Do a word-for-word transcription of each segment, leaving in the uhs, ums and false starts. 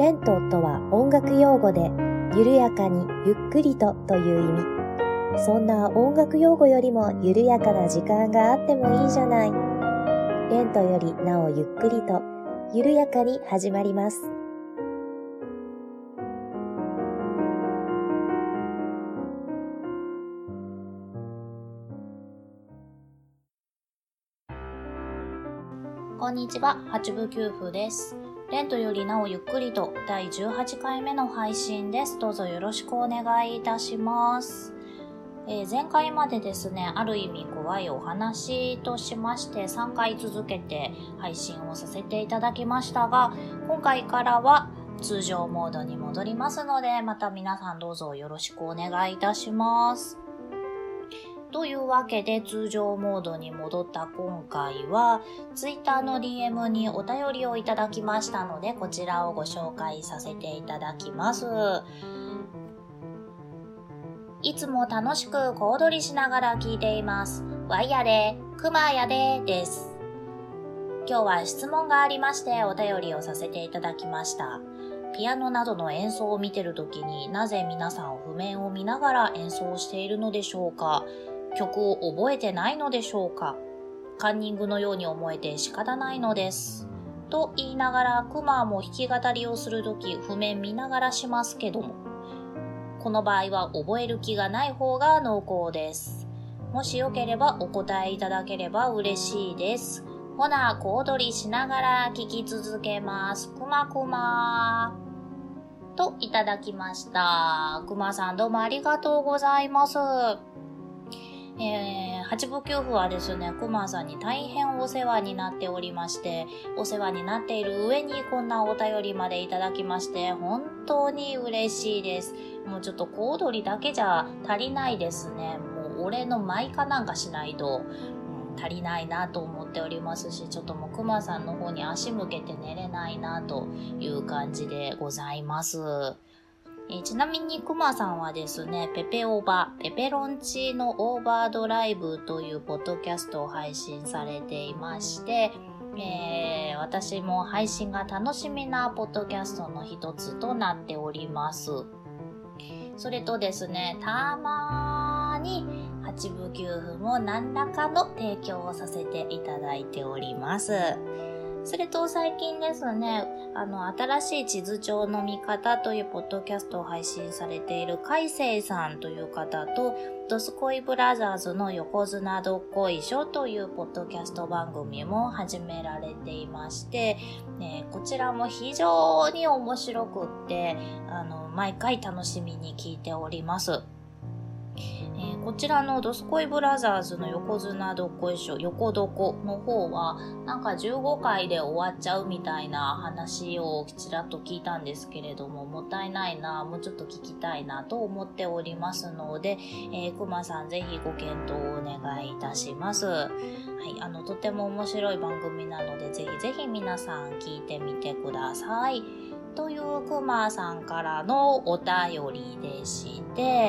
レントとは音楽用語で、緩やかにゆっくりとという意味。そんな音楽用語よりも緩やかな時間があってもいいじゃない。レントよりなおゆっくりと、緩やかに始まります。 こんにちは、八部九夫です。レントよりなおゆっくりとだいじゅうはちかいめの配信です。どうぞよろしくお願いいたします。えー、前回までですね、ある意味怖いお話としましてさんかい続けて配信をさせていただきましたが、今回からは通常モードに戻りますので、また皆さんどうぞよろしくお願いいたします。というわけで通常モードに戻った今回は Twitter の ディーエム にお便りをいただきましたので、こちらをご紹介させていただきます。いつも楽しく小躍りしながら聞いています。ワイやで、クマやでです。今日は質問がありましてお便りをさせていただきました。ピアノなどの演奏を見てるときになぜ皆さん譜面を見ながら演奏しているのでしょうか？曲を覚えてないのでしょうか？カンニングのように思えて仕方ないのです。と言いながら、クマも弾き語りをするとき譜面見ながらしますけども、この場合は覚える気がない方が濃厚です。もしよければお答えいただければ嬉しいです。ほな、小躍りしながら聞き続けます。クマクマといただきました。クマさんどうもありがとうございます。えー、八部九夫はですね、クマさんに大変お世話になっておりまして、お世話になっている上にこんなお便りまでいただきまして、本当に嬉しいです。もうちょっと小躍りだけじゃ足りないですね。もう俺のマイカなんかしないと、うん、足りないなと思っておりますし、ちょっともうクマさんの方に足向けて寝れないなという感じでございます。えー、ちなみにクマさんはですね、ペペオバ、ペペロンチーノオーバードライブというポッドキャストを配信されていまして、えー、私も配信が楽しみなポッドキャストの一つとなっております。それとですね、たまーに八部九夫も何らかの提供をさせていただいております。それと最近ですね、あの、新しい地図帳の見方というポッドキャストを配信されている海星さんという方と、ドスコイブラザーズの横綱どっこいしょというポッドキャスト番組も始められていまして、ね、こちらも非常に面白くって、あの、毎回楽しみに聞いております。えー、こちらのドスコイブラザーズの横綱どっこいしょ、横どこの方はなんかじゅうごかいで終わっちゃうみたいな話をちらっと聞いたんですけれども、もったいないな、もうちょっと聞きたいなと思っておりますので、えー、くまさんぜひご検討をお願いいたします。はい、あのとても面白い番組なのでぜひぜひ皆さん聞いてみてください。というくまさんからのお便りでして、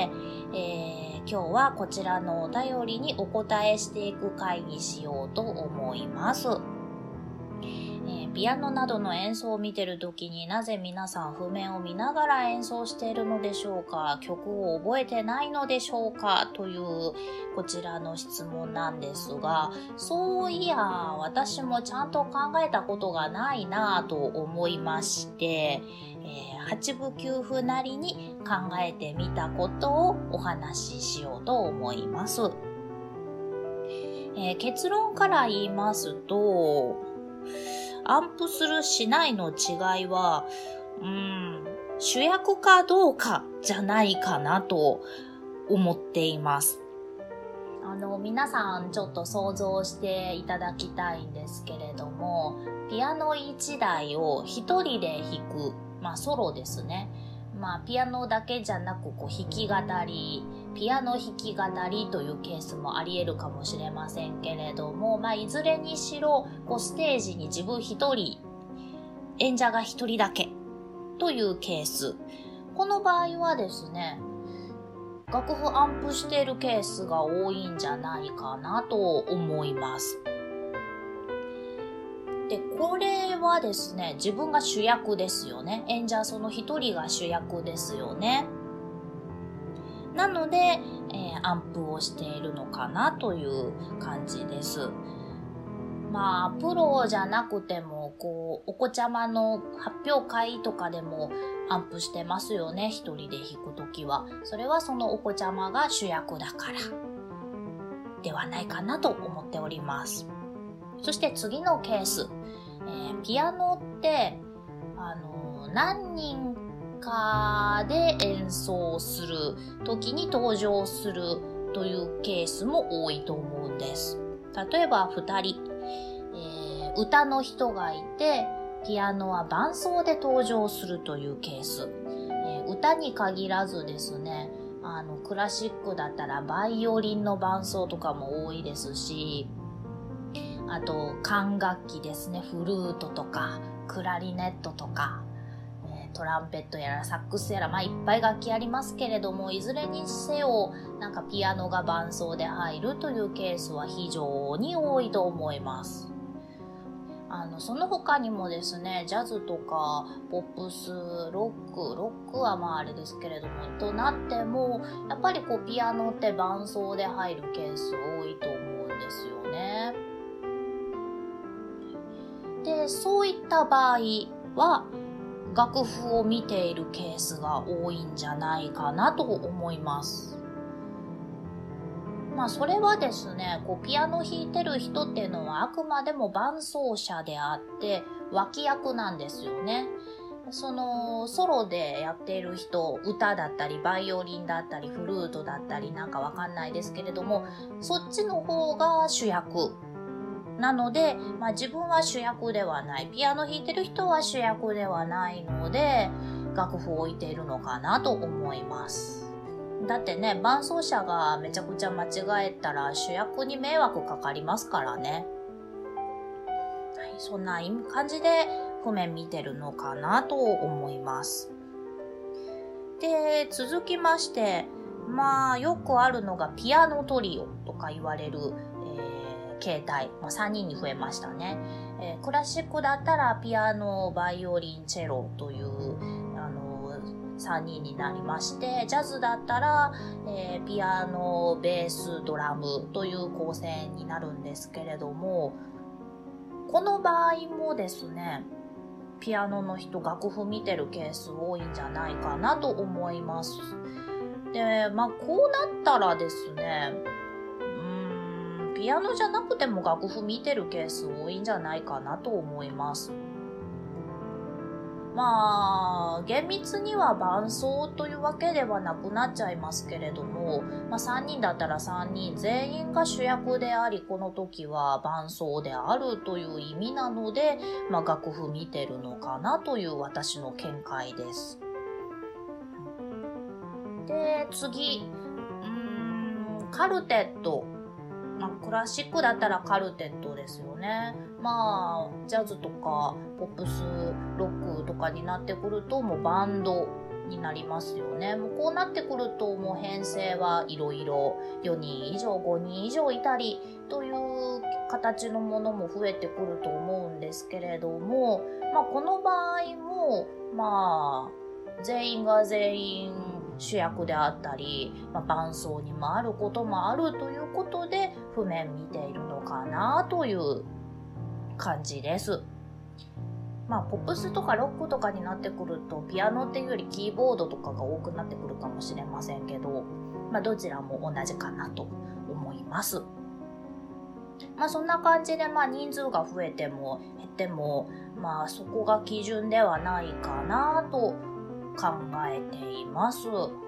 えー今日はこちらのお便りにお答えしていく回にしようと思います。えー、ピアノなどの演奏を見てるときになぜ皆さん譜面を見ながら演奏しているのでしょうか？曲を覚えてないのでしょうか？というこちらの質問なんですが、そういや私もちゃんと考えたことがないなぁと思いまして、えー、八部九夫なりに考えてみたことをお話ししようと思います。えー、結論から言いますと、アンプするしないの違いは、うーん、主役かどうかじゃないかなと思っています。あの、皆さんちょっと想像していただきたいんですけれども、ピアノいちだいを一人で弾く、まあソロですね。まあピアノだけじゃなくこう弾き語り、ピアノ弾き語りというケースもあり得るかもしれませんけれども、まあいずれにしろこうステージに自分一人、演者が一人だけというケース。この場合はですね、楽譜アンプしているケースが多いんじゃないかなと思います。 で、これはですね、自分が主役ですよね。演者その一人が主役ですよね。なので、えー、アンプをしているのかなという感じです。まあ、プロじゃなくても、こう、お子ちゃまの発表会とかでもアンプしてますよね。一人で弾くときは。それはそのお子ちゃまが主役だから、ではないかなと思っております。そして次のケース。えー、ピアノって、あのー、何人かで演奏する時に登場するというケースも多いと思うんです。例えばふたり、えー、歌の人がいて、ピアノは伴奏で登場するというケース。えー、歌に限らずですね、あの、クラシックだったらバイオリンの伴奏とかも多いですし、あと、管楽器ですね、フルートとか、クラリネットとか、トランペットやらサックスやら、まあいっぱい楽器ありますけれども、いずれにせよ、なんかピアノが伴奏で入るというケースは非常に多いと思います。あの、その他にもですね、ジャズとか、ポップス、ロック、ロックはまああれですけれども、となっても、やっぱりこうピアノって伴奏で入るケース多いと思うんですよね。で、そういった場合は、楽譜を見ているケースが多いんじゃないかなと思います。まあそれはですね、こうピアノ弾いてる人っていうのはあくまでも伴奏者であって脇役なんですよね。そのソロでやっている人、歌だったりバイオリンだったりフルートだったりなんかわかんないですけれども、そっちの方が主役。なので、まあ自分は主役ではない。ピアノ弾いてる人は主役ではないので、楽譜を置いているのかなと思います。だってね、伴奏者がめちゃくちゃ間違えたら主役に迷惑かかりますからね。はい、そんな感じで譜面見てるのかなと思います。で、続きまして、まあよくあるのがピアノトリオとか言われる、形態、まあ、さんにんに増えましたね、えー、クラシックだったらピアノ、バイオリン、チェロというあのさんにんになりまして、ジャズだったら、えー、ピアノ、ベース、ドラムという構成になるんですけれども、この場合もですね、ピアノの人楽譜見てるケース多いんじゃないかなと思います。で、まあこうなったらですね、ピアノじゃなくても楽譜見てるケース多いんじゃないかなと思います。まあ、厳密には伴奏というわけではなくなっちゃいますけれども、まあさんにんだったらさんにん全員が主役であり、この時は伴奏であるという意味なので、まあ楽譜見てるのかなという私の見解です。で、次、うーん、カルテット。まあ、クラシックだったらカルテットですよね。まあ、ジャズとかポップス、ロックとかになってくるともうバンドになりますよね。もうこうなってくるともう編成はいろいろよにん以上、ごにん以上いたりという形のものも増えてくると思うんですけれども、まあこの場合もまあ全員が全員主役であったり、まあ、伴奏にもあることもあるということで譜面見ているのかなという感じです。まあポップスとかロックとかになってくるとピアノっていうよりキーボードとかが多くなってくるかもしれませんけど、まあどちらも同じかなと思います。まあそんな感じでまあ人数が増えても減ってもまあそこが基準ではないかなと考えています。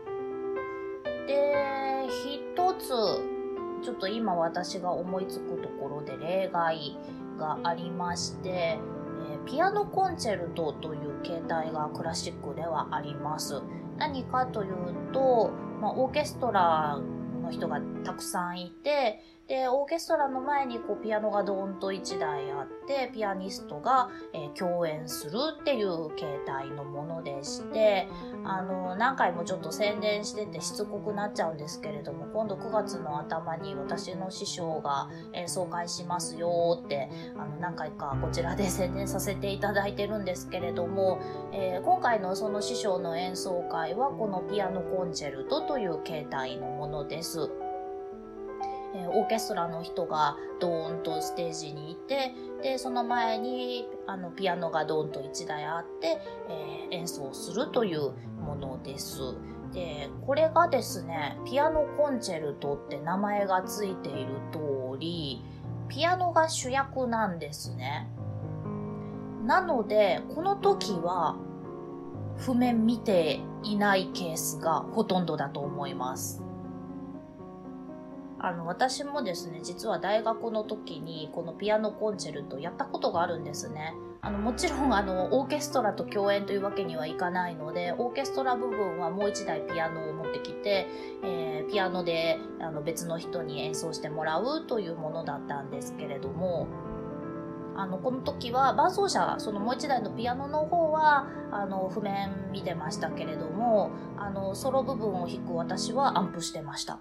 で、一つちょっと今私が思いつくところで例外がありまして、えー、ピアノコンチェルトという形態がクラシックではあります。何かというと、まあ、オーケストラの人がたくさんいて、で、オーケストラの前にこうピアノがドーンといちだいあって、ピアニストが、えー、共演するっていう形態のものでして、あの、何回もちょっと宣伝しててしつこくなっちゃうんですけれども、今度くがつの頭に私の師匠が演奏会しますよって、あの、 何回かこちらで宣伝させていただいてるんですけれども、えー、今回のその師匠の演奏会はこのピアノコンチェルトという形態のものです。えー、オーケストラの人がドーンとステージにいて、でその前にあのピアノがドーンといちだいあって、えー、演奏するというものです。でこれがですね、ピアノコンチェルトって名前がついている通り、ピアノが主役なんですね。なのでこの時は譜面見ていないケースがほとんどだと思います。あの私もですね、実は大学の時にこのピアノコンチェルトやったことがあるんですね。あのもちろんあのオーケストラと共演というわけにはいかないので、オーケストラ部分はもう一台ピアノを持ってきて、えー、ピアノであの別の人に演奏してもらうというものだったんですけれども、あのこの時は伴奏者、そのもう一台のピアノの方はあの譜面見てましたけれども、あのソロ部分を弾く私はアンプしてました。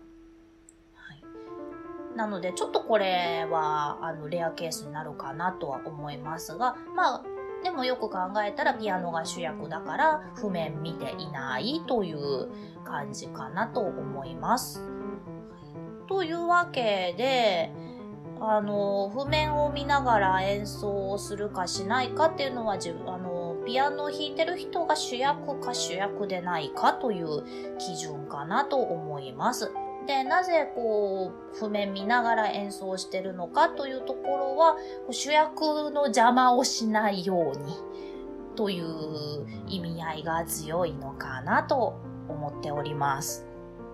なのでちょっとこれはあのレアケースになるかなとは思いますが、まあでもよく考えたらピアノが主役だから譜面見ていないという感じかなと思います。というわけで、あの譜面を見ながら演奏をするかしないかっていうのは自分あのピアノを弾いてる人が主役か主役でないかという基準かなと思います。で、なぜこう譜面見ながら演奏してるのかというところは、主役の邪魔をしないようにという意味合いが強いのかなと思っております。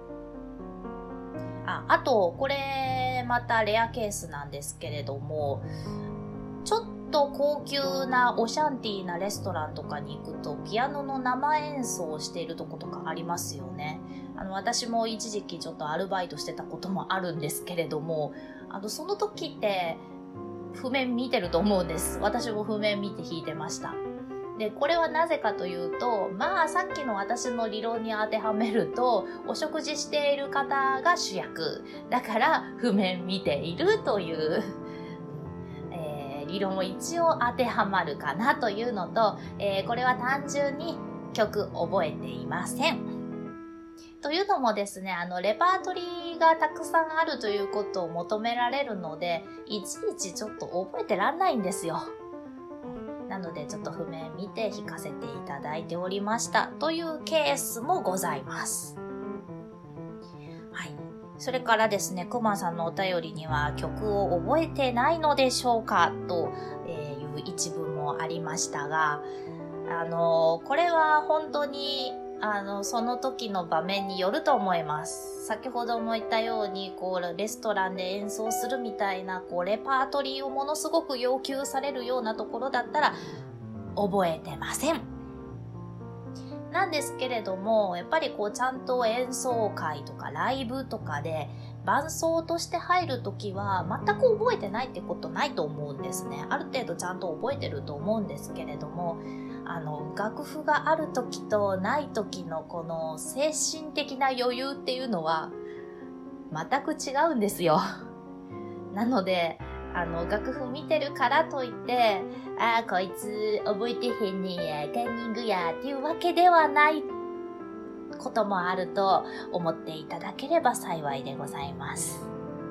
あ、あとこれまたレアケースなんですけれども、ちょっと高級なオシャンティーなレストランとかに行くとピアノの生演奏をしているとことかありますよね。あの私も一時期ちょっとアルバイトしてたこともあるんですけれども、あのその時って譜面見てると思うんです。私も譜面見て弾いてました。でこれはなぜかというと、まあさっきの私の理論に当てはめると、お食事している方が主役だから譜面見ているという理論も一応当てはまるかなというのと、えー、これは単純に曲覚えていません。というのもですね、あのレパートリーがたくさんあるということを求められるので、いちいちちょっと覚えてらんないんですよ。なのでちょっと譜面見て弾かせていただいておりましたというケースもございます。はい。それからですね、くまさんのお便りには曲を覚えてないのでしょうかという一文もありましたが、あのこれは本当にあのその時の場面によると思います。先ほども言ったようにこうレストランで演奏するみたいなこうレパートリーをものすごく要求されるようなところだったら覚えてません。なんですけれども、やっぱりこうちゃんと演奏会とかライブとかで伴奏として入るときは全く覚えてないってことないと思うんですね。ある程度ちゃんと覚えてると思うんですけれども、あの楽譜があるときとないときのこの精神的な余裕っていうのは全く違うんですよ。なのであの楽譜見てるからといってあーこいつ覚えてへんねんやカンニングやっていうわけではないこともあると思っていただければ幸いでございます。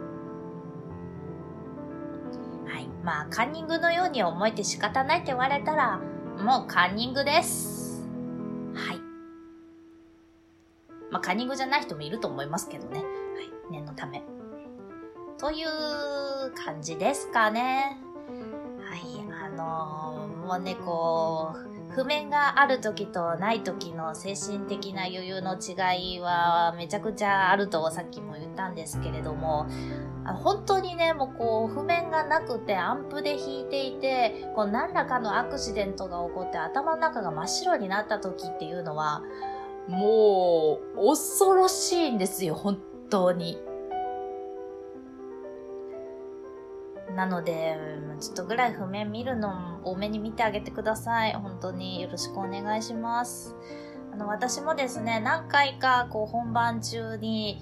はい、まあカンニングのように思えて仕方ないって言われたらもうカンニングです。はい。まあカンニングじゃない人もいると思いますけどね。はい、念のため。という感じですかね。はい、あのー、もうね、こう、譜面がある時とない時の精神的な余裕の違いはめちゃくちゃあるとさっきも言ったんですけれども、本当にね、もうこう、譜面がなくてアンプで弾いていて、こう何らかのアクシデントが起こって頭の中が真っ白になった時っていうのは、もう、恐ろしいんですよ、本当に。なので、ちょっとぐらい譜面見るの多めに見てあげてください。本当によろしくお願いします。あの、私もですね、何回かこう本番中に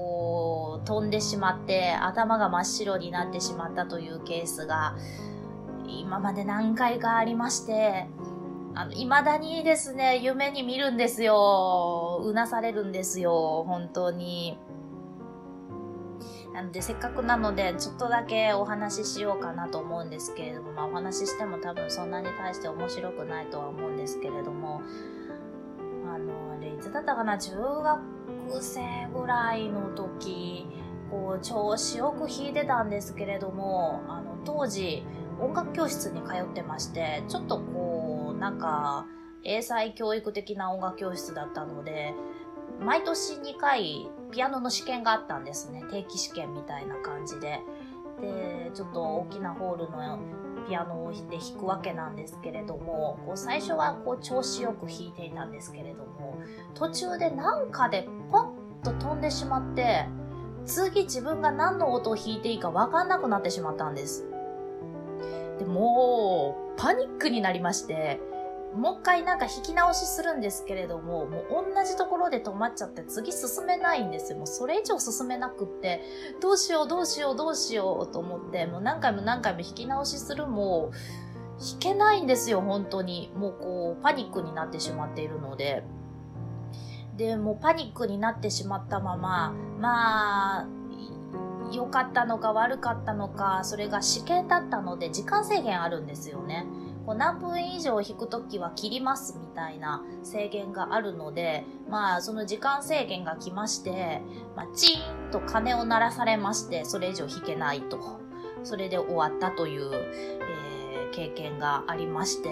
こう飛んでしまって頭が真っ白になってしまったというケースが今まで何回かありまして、あの、未だにですね、夢に見るんですよ。うなされるんですよ。本当に。なので、せっかくなので、ちょっとだけお話ししようかなと思うんですけれども、まあ、お話ししても多分そんなに対して面白くないとは思うんですけれども、あの、あれ、いつだったかな、中学生ぐらいの時、こう、調子よく弾いてたんですけれども、あの、当時、音楽教室に通ってまして、ちょっとこう、なんか、英才教育的な音楽教室だったので、毎年にかいピアノの試験があったんですね。定期試験みたいな感じで。で、ちょっと大きなホールのピアノをで弾くわけなんですけれども、こう最初はこう調子よく弾いていたんですけれども、途中でなんかでポンと飛んでしまって、次自分が何の音を弾いていいか分かんなくなってしまったんです。で、もうパニックになりまして、もう一回なんか弾き直しするんですけれども、もう同じところで止まっちゃって次進めないんですよ。もうそれ以上進めなくって、どうしようどうしようどうしようと思って、もう何回も何回も弾き直しするも、弾けないんですよ、本当に。もうこう、パニックになってしまっているので。で、もうパニックになってしまったまま、まあ、良かったのか悪かったのか、それが試験だったので時間制限あるんですよね。こう何分以上弾くときは切りますみたいな制限があるので、まあその時間制限が来まして、まあ、チーンと鐘を鳴らされまして、それ以上弾けないと。それで終わったという、えー、経験がありまして、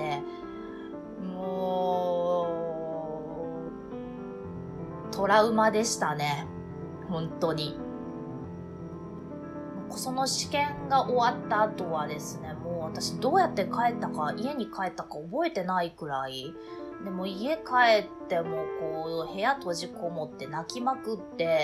もう、トラウマでしたね。本当に。その試験が終わった後はですね、もう私どうやって帰ったか、家に帰ったか覚えてないくらい、でも家帰ってもこう部屋閉じこもって泣きまくって、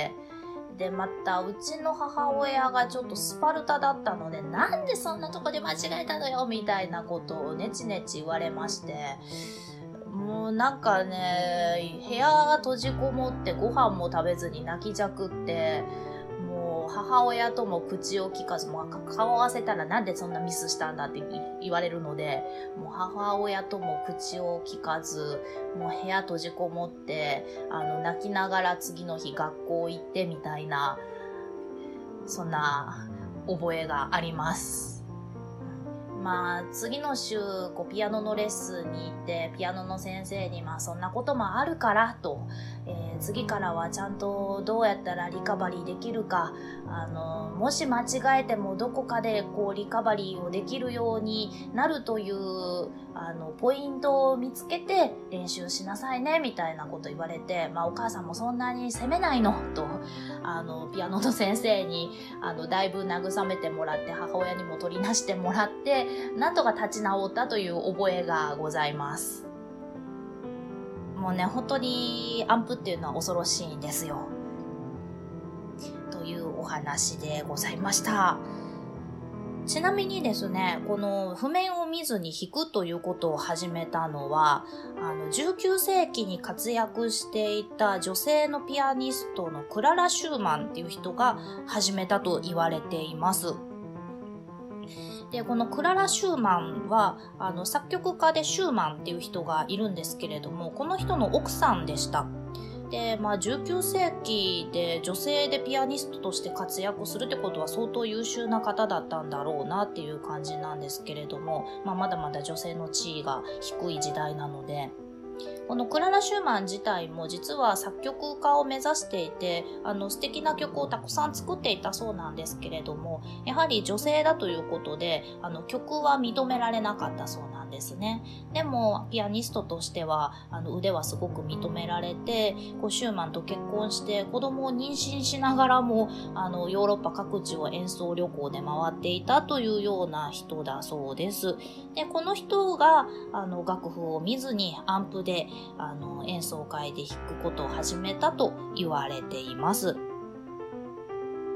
でまたうちの母親がちょっとスパルタだったので、なんでそんなとこで間違えたのよみたいなことをネチネチ言われまして、もうなんかね、部屋が閉じこもってご飯も食べずに泣きじゃくって、母親とも口を聞かず、もう顔を合わせたらなんでそんなミスしたんだって言われるので、もう母親とも口を聞かず、もう部屋閉じこもって、あの、泣きながら次の日学校行ってみたいな、そんな覚えがあります。まあ、次の週、こう、ピアノのレッスンに行って、ピアノの先生に、まあ、そんなこともあるから、と、えー、次からはちゃんとどうやったらリカバリーできるか、あの、もし間違えてもどこかで、こう、リカバリーをできるようになるという、あの、ポイントを見つけて練習しなさいね、みたいなこと言われて、まあ、お母さんもそんなに責めないの、と、あの、ピアノの先生に、あの、だいぶ慰めてもらって、母親にも取りなしてもらって、なんとか立ち直ったという覚えがございます。もうね、本当にアンプっていうのは恐ろしいんですよ。というお話でございました。ちなみにですね、この譜面を見ずに弾くということを始めたのは、あのじゅうきゅうせいきに活躍していた女性のピアニストのクララ・シューマンっていう人が始めたと言われています。で、このクララ・シューマンは、あの、作曲家でシューマンっていう人がいるんですけれども、この人の奥さんでした。で、まあ、じゅうきゅうせいきで女性でピアニストとして活躍するってことは相当優秀な方だったんだろうなっていう感じなんですけれども、まあ、まだまだ女性の地位が低い時代なので、このクララ・シューマン自体も実は作曲家を目指していて、あの素敵な曲をたくさん作っていたそうなんですけれども、やはり女性だということで、あの曲は認められなかったそうなんですね。でもピアニストとしてはあの腕はすごく認められて、こうシューマンと結婚して子供を妊娠しながらもあのヨーロッパ各地を演奏旅行で回っていたというような人だそうです。で、この人があの楽譜を見ずにアンプであの演奏会で弾くことを始めたと言われています。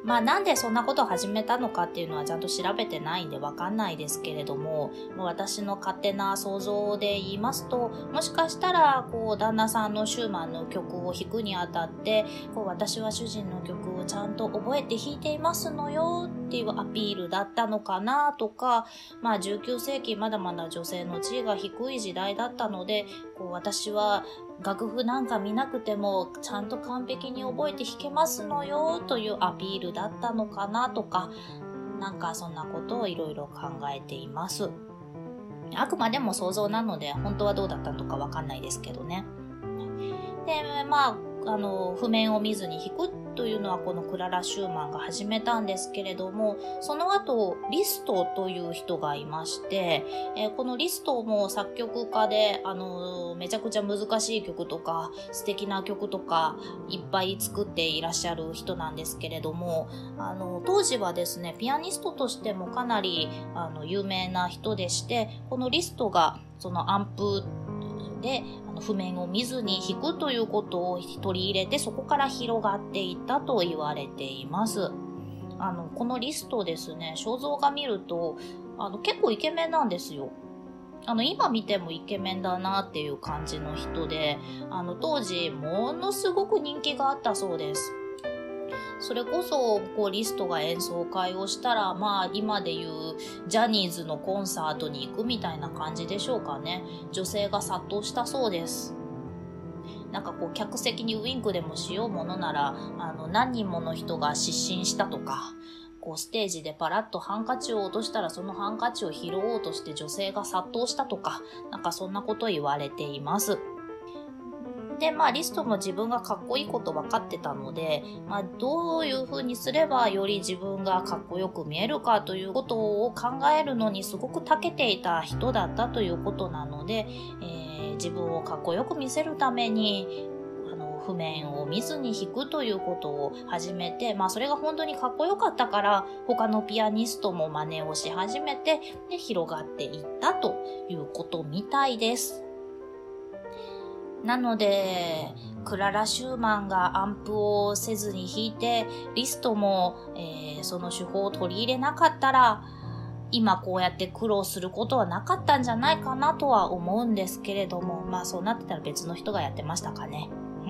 まあなんでそんなことを始めたのかっていうのはちゃんと調べてないんでわかんないですけれども、もう私の勝手な想像で言いますと、もしかしたらこう旦那さんのシューマンの曲を弾くにあたって、こう私は主人の曲をちゃんと覚えて弾いていますのよっていうアピールだったのかなとか、まあじゅうきゅうせいきまだまだ女性の地位が低い時代だったので、こう私は楽譜なんか見なくてもちゃんと完璧に覚えて弾けますのよというアピールだったのかなとか、なんかそんなことをいろいろ考えています。あくまでも想像なので本当はどうだったのかわかんないですけどね。で、まあ、あの、譜面を見ずに弾くというのはこのクララ・シューマンが始めたんですけれども、その後、リストという人がいまして、えー、このリストも作曲家で、あの、めちゃくちゃ難しい曲とか、素敵な曲とか、いっぱい作っていらっしゃる人なんですけれども、あの、当時はですね、ピアニストとしてもかなり、あの、有名な人でして、このリストが、そのアンプで、譜面を見ずに弾くということを取り入れて、そこから広がっていったと言われています。あのこのリストですね、肖像画見るとあの結構イケメンなんですよ。あの今見てもイケメンだなっていう感じの人で、あの当時ものすごく人気があったそうです。それこそこうリストが演奏会をしたら、まあ今でいうジャニーズのコンサートに行くみたいな感じでしょうかね。女性が殺到したそうです。なんかこう客席にウインクでもしようものなら、あの何人もの人が失神したとか、こうステージでパラッとハンカチを落としたらそのハンカチを拾おうとして女性が殺到したとか、なんかそんなこと言われています。で、まあリストも自分がかっこいいこと分かってたので、まあどういう風にすればより自分がかっこよく見えるかということを考えるのにすごく長けていた人だったということなので、えー、自分をかっこよく見せるためにあの譜面を見ずに弾くということを始めて、まあそれが本当にかっこよかったから他のピアニストも真似をし始めて、で広がっていったということみたいです。なので、クララ・シューマンがアンプをせずに弾いて、リストも、えー、その手法を取り入れなかったら、今こうやって苦労することはなかったんじゃないかなとは思うんですけれども、まあそうなってたら別の人がやってましたかね。うん、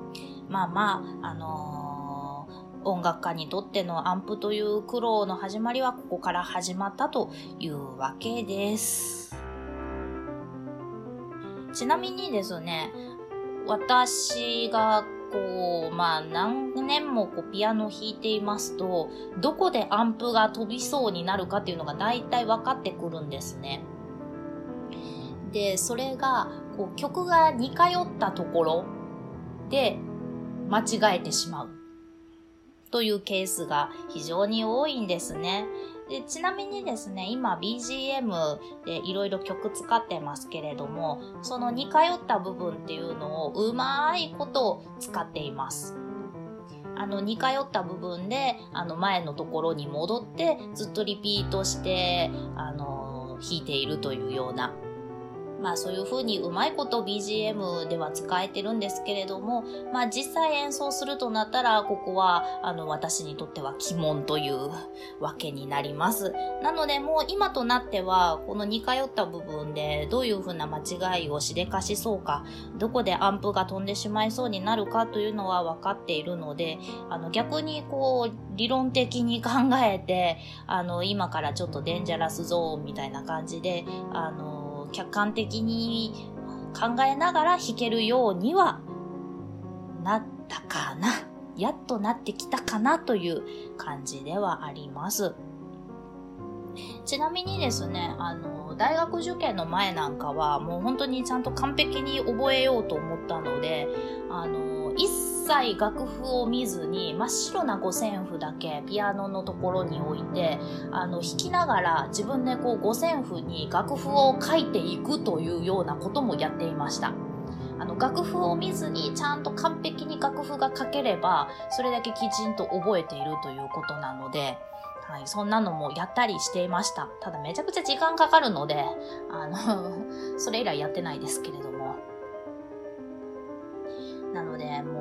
まあまあ、あのー、音楽家にとってのアンプという苦労の始まりはここから始まったというわけです。ちなみにですね、私がこう、まあ何年もこうピアノを弾いていますと、どこでアンプが飛びそうになるかっていうのが大体分かってくるんですね。で、それがこう曲が似通ったところで間違えてしまうというケースが非常に多いんですね。で、ちなみにですね、今 ビージーエム でいろいろ曲使ってますけれども、その似通った部分っていうのをうまいこと使っています。あの似通った部分であの前のところに戻ってずっとリピートしてあの弾いているというような、まあそういう風にうまいこと ビージーエム では使えてるんですけれども、まあ実際演奏するとなったらここはあの私にとっては鬼門というわけになります。なのでもう今となってはこの似通った部分でどういう風な間違いをしでかしそうか、どこでアンプが飛んでしまいそうになるかというのは分かっているので、あの逆にこう理論的に考えてあの今からちょっとデンジャラスゾーンみたいな感じであの客観的に考えながら弾けるようにはなったかな。やっとなってきたかなという感じではあります。ちなみにですね、あの、大学受験の前なんかはもう本当にちゃんと完璧に覚えようと思ったので、あの、一切楽譜を見ずに真っ白な五線譜だけピアノのところに置いて、あの、弾きながら自分でこう五線譜に楽譜を書いていくというようなこともやっていました。あの、楽譜を見ずにちゃんと完璧に楽譜が書ければ、それだけきちんと覚えているということなので、はい、そんなのもやったりしていました。ただめちゃくちゃ時間かかるので、あの、それ以来やってないですけれども。なので、も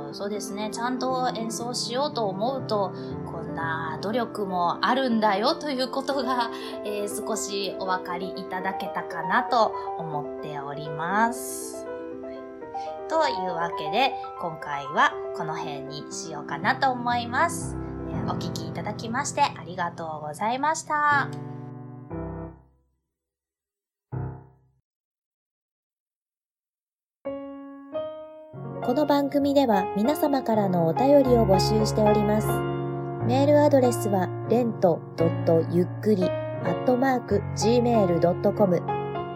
そうですね、ちゃんと演奏しようと思うと、こんな努力もあるんだよということが、えー、少しお分かりいただけたかなと思っております。というわけで、今回はこの辺にしようかなと思います。お聞きいただきましてありがとうございました。 この番組では皆様からのお便りを募集しております。メールアドレスは レント ドット ゆっくり アットマーク ジーメール ドット コム レント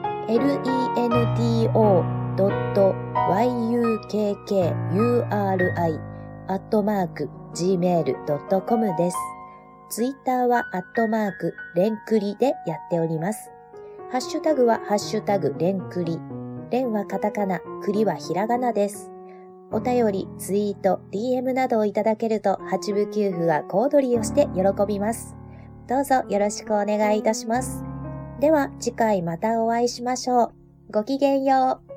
ドット ユックリ アットマーク ジーメール ドット コム です。ツイッターはアットマークレンクリでやっております。ハッシュタグはハッシュタグレンクリ。レンはカタカナ、クリはひらがなです。お便り、ツイート、ディーエム などをいただけると八部九夫が小躍りをして喜びます。どうぞよろしくお願いいたします。では次回またお会いしましょう。ごきげんよう。